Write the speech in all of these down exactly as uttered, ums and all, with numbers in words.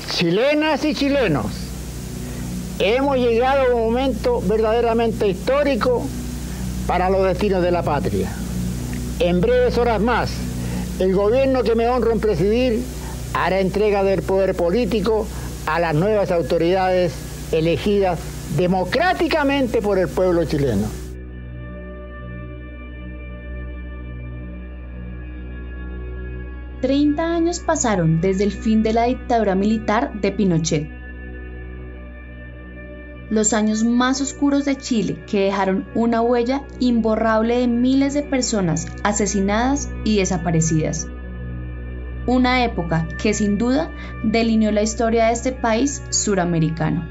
Chilenas y chilenos, hemos llegado a un momento verdaderamente histórico para los destinos de la patria. En breves horas más, el gobierno que me honro en presidir hará entrega del poder político a las nuevas autoridades elegidas democráticamente por el pueblo chileno. Treinta años pasaron desde el fin de la dictadura militar de Pinochet. Los años más oscuros de Chile, que dejaron una huella imborrable de miles de personas asesinadas y desaparecidas. Una época que sin duda delineó la historia de este país suramericano.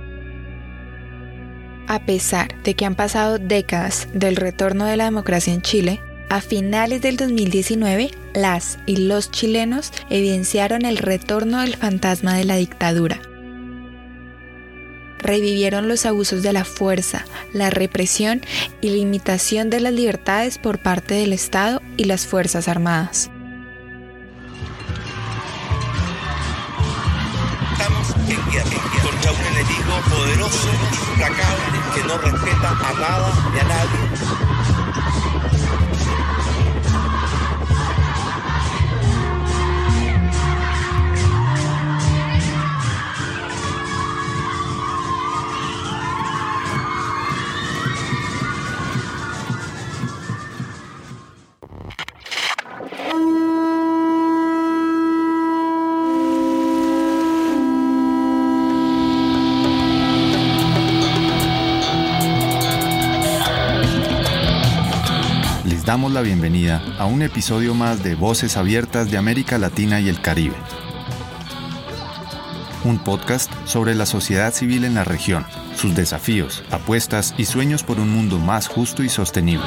A pesar de que han pasado décadas del retorno de la democracia en Chile, a finales del dos mil diecinueve, las y los chilenos evidenciaron el retorno del fantasma de la dictadura. Revivieron los abusos de la fuerza, la represión y limitación de las libertades por parte del Estado y las Fuerzas Armadas. Estamos en guerra contra un enemigo poderoso, implacable, que no respeta a nada ni a nadie. Damos la bienvenida a un episodio más de Voces Abiertas de América Latina y el Caribe. Un podcast sobre la sociedad civil en la región, sus desafíos, apuestas y sueños por un mundo más justo y sostenible.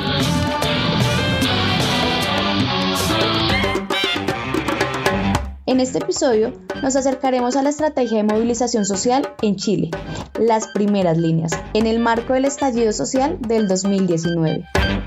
En este episodio nos acercaremos a la estrategia de movilización social en Chile, las primeras líneas, en el marco del estallido social del dos mil diecinueve.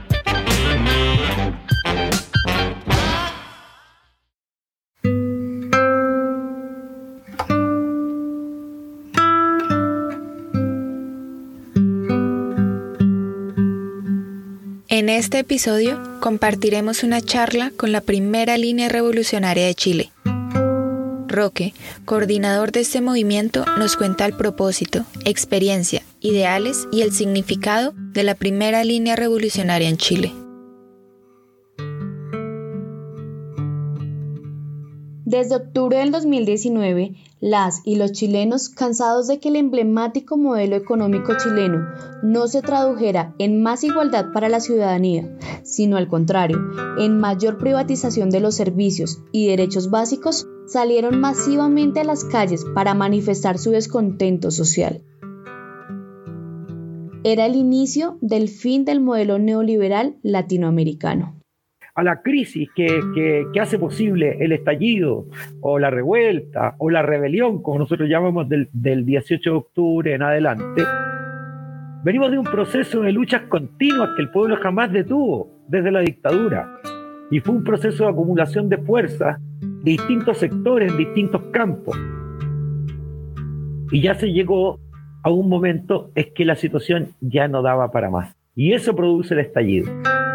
En este episodio compartiremos una charla con la primera línea revolucionaria de Chile. Roque, coordinador de este movimiento, nos cuenta el propósito, experiencia, ideales y el significado de la primera línea revolucionaria en Chile. Desde octubre del dos mil diecinueve, las y los chilenos, cansados de que el emblemático modelo económico chileno no se tradujera en más igualdad para la ciudadanía, sino al contrario, en mayor privatización de los servicios y derechos básicos, salieron masivamente a las calles para manifestar su descontento social. Era el inicio del fin del modelo neoliberal latinoamericano. A la crisis que, que, que hace posible el estallido o la revuelta o la rebelión, como nosotros llamamos del, del dieciocho de octubre en adelante, venimos de un proceso de luchas continuas que el pueblo jamás detuvo desde la dictadura, y fue un proceso de acumulación de fuerzas de distintos sectores en distintos campos, y ya se llegó a un momento en que la situación ya no daba para más, y eso produce el estallido.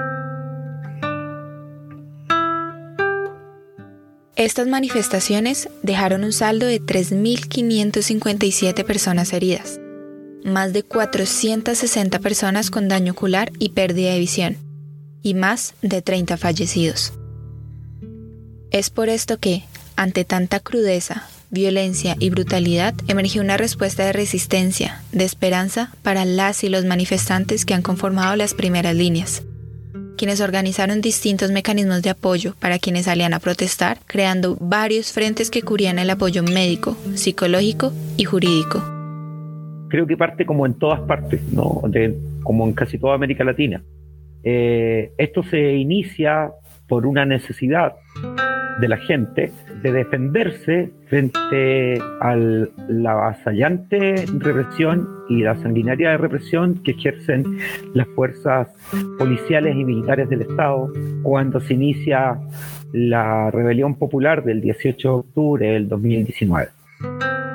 Estas manifestaciones dejaron un saldo de tres mil quinientas cincuenta y siete personas heridas, más de cuatrocientas sesenta personas con daño ocular y pérdida de visión, y más de treinta fallecidos. Es por esto que, ante tanta crudeza, violencia y brutalidad, emergió una respuesta de resistencia, de esperanza para las y los manifestantes que han conformado las primeras líneas, quienes organizaron distintos mecanismos de apoyo para quienes salían a protestar, creando varios frentes que cubrían el apoyo médico, psicológico y jurídico. Creo que parte como en todas partes, ¿no? De, como en casi toda América Latina. Eh, esto se inicia por una necesidad de la gente de defenderse frente a la avasallante represión y la sanguinaria represión que ejercen las fuerzas policiales y militares del Estado cuando se inicia la rebelión popular del dieciocho de octubre del dos mil diecinueve.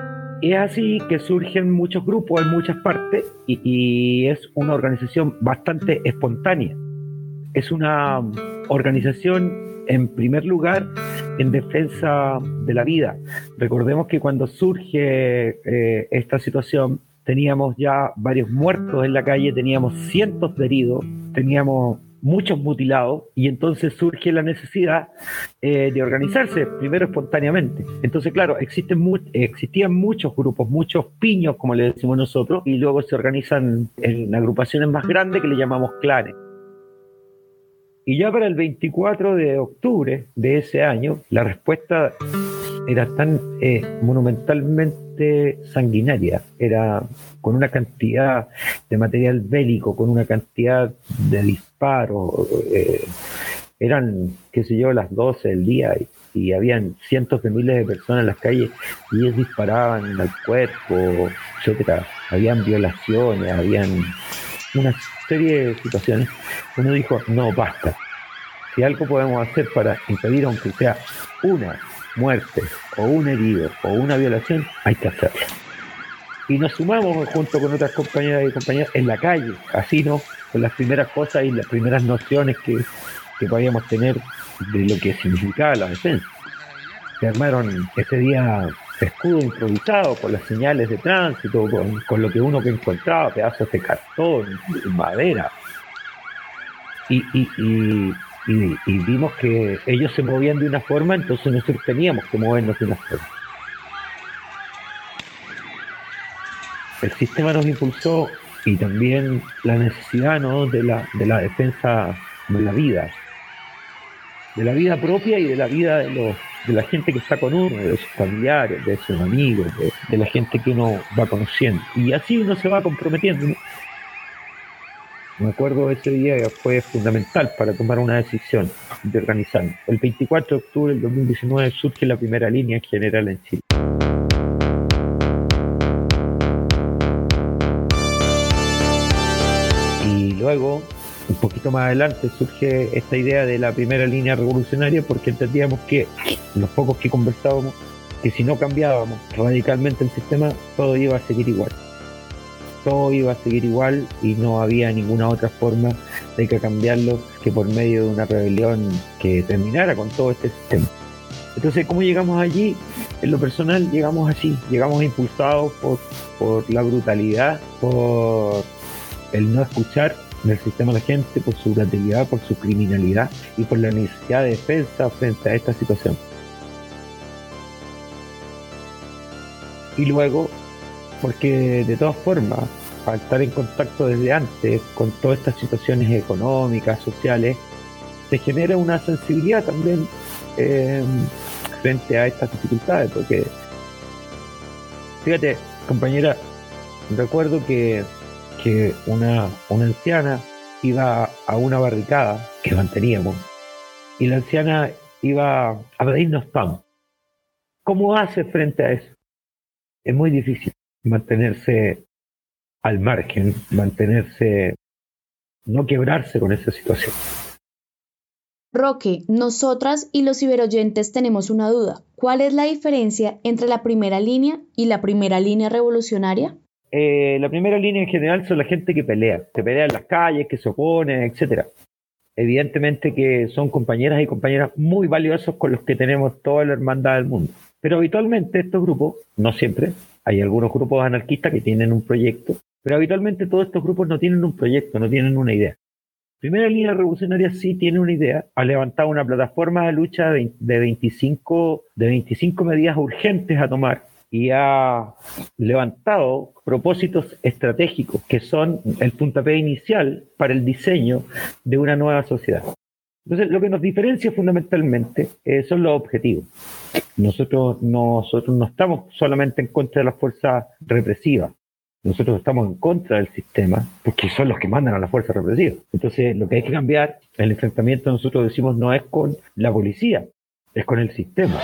Y es así que surgen muchos grupos en muchas partes y, y es una organización bastante espontánea. Es una organización, en primer lugar, en defensa de la vida. Recordemos que cuando surge eh, esta situación, teníamos ya varios muertos en la calle, teníamos cientos de heridos, teníamos muchos mutilados, y entonces surge la necesidad eh, de organizarse, primero espontáneamente. Entonces, claro, existen mu- existían muchos grupos, muchos piños, como le decimos nosotros, y luego se organizan en agrupaciones más grandes que le llamamos clanes. Y ya para el veinticuatro de octubre de ese año, la respuesta era tan eh, monumentalmente sanguinaria, era con una cantidad de material bélico, con una cantidad de disparos, eh, eran, qué sé yo, las doce del día y, y habían cientos de miles de personas en las calles y ellos disparaban al cuerpo, etcétera. Habían violaciones, habían una serie de situaciones. Uno dijo, no, basta. Si algo podemos hacer para impedir, aunque sea una muerte o un herido o una violación, hay que hacerlo. Y nos sumamos junto con otras compañeras y compañeras en la calle, así, ¿no? Con las primeras cosas y las primeras nociones que, que podíamos tener de lo que significaba la defensa. Se armaron ese día escudos improvisados con las señales de tránsito, con, con lo que uno que encontraba, pedazos de cartón, madera. Y, y, y, y, y vimos que ellos se movían de una forma, entonces nosotros teníamos que movernos de una forma. El sistema nos impulsó y también la necesidad, ¿no?, de la, de la defensa de la vida, de la vida propia y de la vida de, los, de la gente que está con uno, de sus familiares, de sus amigos, de, de la gente que uno va conociendo. Y así uno se va comprometiendo, ¿no? Me acuerdo ese día que fue fundamental para tomar una decisión de organizarnos. El veinticuatro de octubre del dos mil diecinueve surge la primera línea general en Chile. Y luego, un poquito más adelante, surge esta idea de la primera línea revolucionaria porque entendíamos que los pocos que conversábamos, que si no cambiábamos radicalmente el sistema, todo iba a seguir igual. Todo iba a seguir igual y no había ninguna otra forma de que cambiarlo que por medio de una rebelión que terminara con todo este sistema. Entonces, ¿cómo llegamos allí? En lo personal, llegamos así, llegamos impulsados por, por la brutalidad, por el no escuchar del sistema a la gente, por su volatilidad, por su criminalidad y por la necesidad de defensa frente a esta situación. Y luego, porque de todas formas, al estar en contacto desde antes con todas estas situaciones económicas, sociales, se genera una sensibilidad también eh, frente a estas dificultades, porque, fíjate, compañera, recuerdo que, que una, una anciana iba a una barricada que manteníamos, y la anciana iba a pedirnos pan. ¿Cómo hace frente a eso? Es muy difícil mantenerse al margen, mantenerse, no quebrarse con esa situación. Roque, nosotras y los ciberoyentes tenemos una duda. ¿Cuál es la diferencia entre la primera línea y la primera línea revolucionaria? Eh, la primera línea en general son la gente que pelea, que pelea en las calles, que se opone, etcétera. Evidentemente que son compañeras y compañeras muy valiosos con los que tenemos toda la hermandad del mundo. Pero habitualmente estos grupos, no siempre, hay algunos grupos anarquistas que tienen un proyecto, pero habitualmente todos estos grupos no tienen un proyecto, no tienen una idea. Primera Línea Revolucionaria sí tiene una idea, ha levantado una plataforma de lucha de veinticinco, de veinticinco medidas urgentes a tomar y ha levantado propósitos estratégicos que son el puntapié inicial para el diseño de una nueva sociedad. Entonces, lo que nos diferencia fundamentalmente eh, son los objetivos. Nosotros, nosotros no estamos solamente en contra de las fuerzas represivas. Nosotros estamos en contra del sistema porque son los que mandan a las fuerzas represivas. Entonces, lo que hay que cambiar, el enfrentamiento, nosotros decimos, no es con la policía, es con el sistema.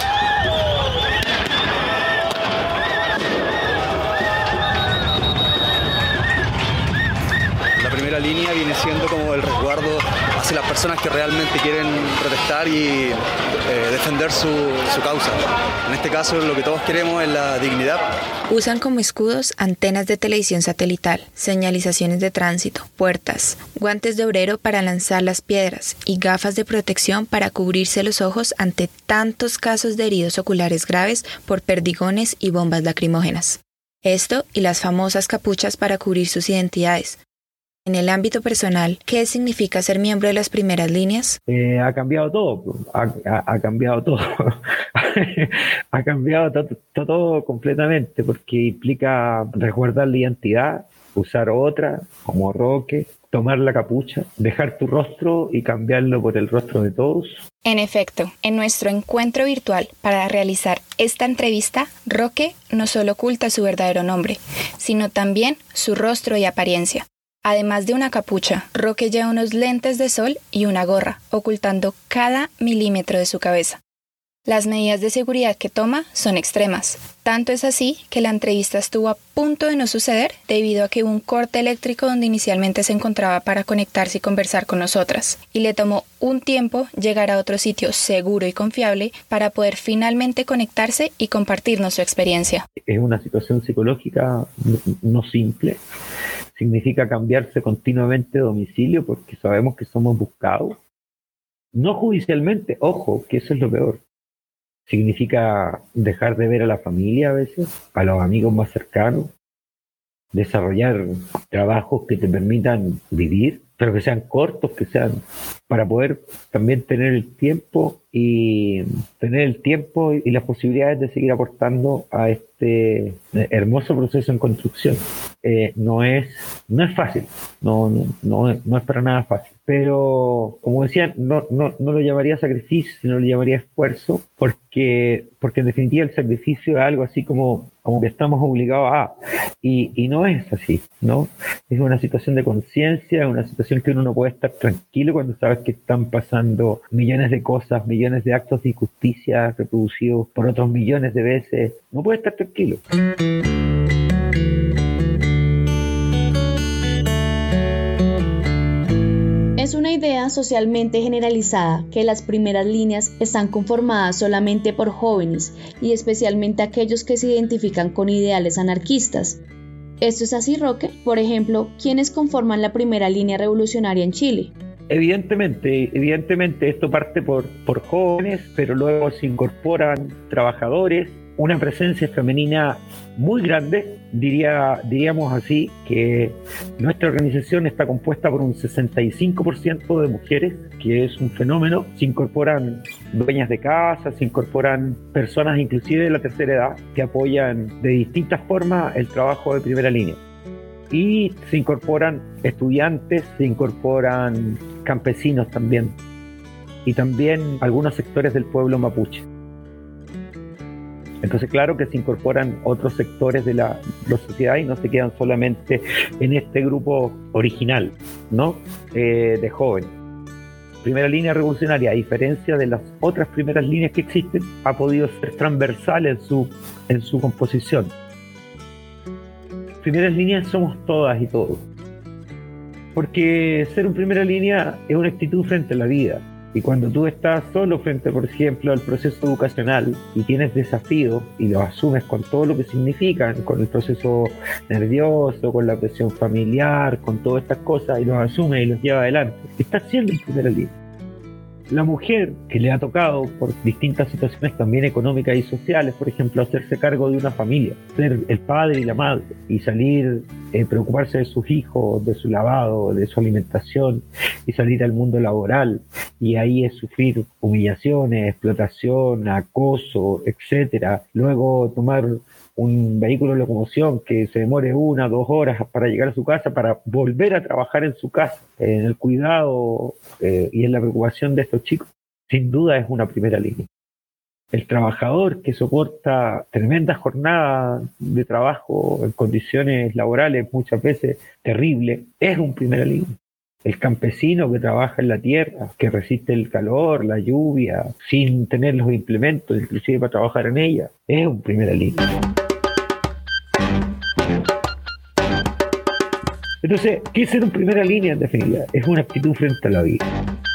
La primera línea viene siendo como el resguardo hacia hacia las personas que realmente quieren protestar y eh, defender su, su causa. En este caso, lo que todos queremos es la dignidad. Usan como escudos antenas de televisión satelital, señalizaciones de tránsito, puertas, guantes de obrero para lanzar las piedras y gafas de protección para cubrirse los ojos ante tantos casos de heridos oculares graves por perdigones y bombas lacrimógenas. Esto y las famosas capuchas para cubrir sus identidades. En el ámbito personal, ¿qué significa ser miembro de las primeras líneas? Eh, ha cambiado todo, ha, ha, ha cambiado todo, ha cambiado todo, todo, todo completamente, porque implica resguardar la identidad, usar otra, como Roque, tomar la capucha, dejar tu rostro y cambiarlo por el rostro de todos. En efecto, en nuestro encuentro virtual para realizar esta entrevista, Roque no solo oculta su verdadero nombre, sino también su rostro y apariencia. Además de una capucha, Roque lleva unos lentes de sol y una gorra, ocultando cada milímetro de su cabeza. Las medidas de seguridad que toma son extremas. Tanto es así que la entrevista estuvo a punto de no suceder debido a que hubo un corte eléctrico donde inicialmente se encontraba para conectarse y conversar con nosotras. Y le tomó un tiempo llegar a otro sitio seguro y confiable para poder finalmente conectarse y compartirnos su experiencia. Es una situación psicológica no simple. Significa cambiarse continuamente de domicilio porque sabemos que somos buscados. No judicialmente, ojo, que eso es lo peor. Significa dejar de ver a la familia a veces, a los amigos más cercanos, desarrollar trabajos que te permitan vivir, pero que sean cortos, que sean para poder también tener el tiempo y tener el tiempo y las posibilidades de seguir aportando a este hermoso proceso en construcción. Eh, no es no es fácil, no, no, no, es, no es para nada fácil, pero como decía, no, no, no lo llamaría sacrificio, sino lo llamaría esfuerzo, porque, porque en definitiva el sacrificio es algo así como, como que estamos obligados a, y, y no es así, ¿no? Es una situación de conciencia, una situación que uno no puede estar tranquilo cuando sabes que están pasando millones de cosas, millones de actos de injusticia reproducidos por otros millones de veces. No puede estar tranquilo. Es una idea socialmente generalizada que las primeras líneas están conformadas solamente por jóvenes y especialmente aquellos que se identifican con ideales anarquistas. ¿Esto es así, Roque? Por ejemplo, ¿quiénes conforman la primera línea revolucionaria en Chile? Evidentemente, evidentemente esto parte por, por jóvenes, pero luego se incorporan trabajadores, una presencia femenina muy grande, diría, diríamos así, que nuestra organización está compuesta por un sesenta y cinco por ciento de mujeres, que es un fenómeno. Se incorporan dueñas de casa, se incorporan personas inclusive de la tercera edad que apoyan de distintas formas el trabajo de primera línea. Y se incorporan estudiantes, se incorporan campesinos también, y también algunos sectores del pueblo mapuche. Entonces, claro que se incorporan otros sectores de la, la sociedad y no se quedan solamente en este grupo original, ¿no? Eh, de jóvenes. Primera línea revolucionaria, a diferencia de las otras primeras líneas que existen, ha podido ser transversal en su, en su composición. Primeras líneas somos todas y todos, porque ser un primera línea es una actitud frente a la vida. Y cuando tú estás solo frente, por ejemplo, al proceso educacional y tienes desafíos y los asumes con todo lo que significan, con el proceso nervioso, con la presión familiar, con todas estas cosas, y los asumes y los lleva adelante, estás siendo en primera línea. La mujer que le ha tocado por distintas situaciones también económicas y sociales, por ejemplo, hacerse cargo de una familia, ser el padre y la madre y salir, eh, preocuparse de sus hijos, de su lavado, de su alimentación y salir al mundo laboral, y ahí es sufrir humillaciones, explotación, acoso, etcétera. Luego tomar un vehículo de locomoción que se demore una o dos horas para llegar a su casa, para volver a trabajar en su casa, en el cuidado eh, y en la preocupación de estos chicos, sin duda es una primera línea. El trabajador que soporta tremendas jornadas de trabajo en condiciones laborales muchas veces terribles, es un primera línea. El campesino que trabaja en la tierra, que resiste el calor, la lluvia, sin tener los implementos, inclusive para trabajar en ella, es un primera línea. Entonces, ¿qué es ser un primera línea en definitiva? Es una actitud frente a la vida.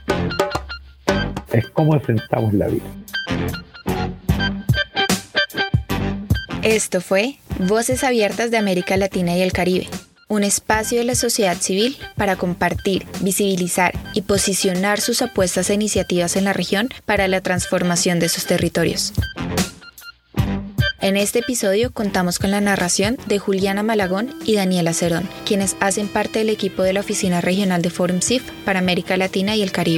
es cómo enfrentamos la vida. Esto fue Voces Abiertas de América Latina y el Caribe, un espacio de la sociedad civil para compartir, visibilizar y posicionar sus apuestas e iniciativas en la región para la transformación de sus territorios. En este episodio contamos con la narración de Juliana Malagón y Daniela Cerón, quienes hacen parte del equipo de la Oficina Regional de Forum C I F para América Latina y el Caribe.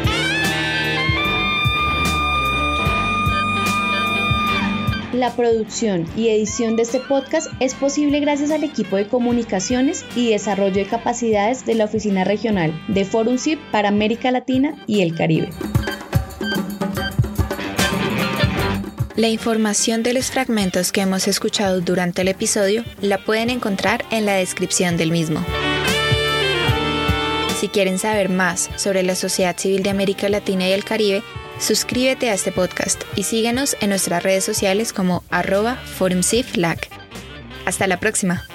La producción y edición de este podcast es posible gracias al equipo de comunicaciones y desarrollo de capacidades de la Oficina Regional de Forum C I F para América Latina y el Caribe. La información de los fragmentos que hemos escuchado durante el episodio la pueden encontrar en la descripción del mismo. Si quieren saber más sobre la sociedad civil de América Latina y el Caribe, suscríbete a este podcast y síguenos en nuestras redes sociales como arroba forumciflac. Hasta la próxima.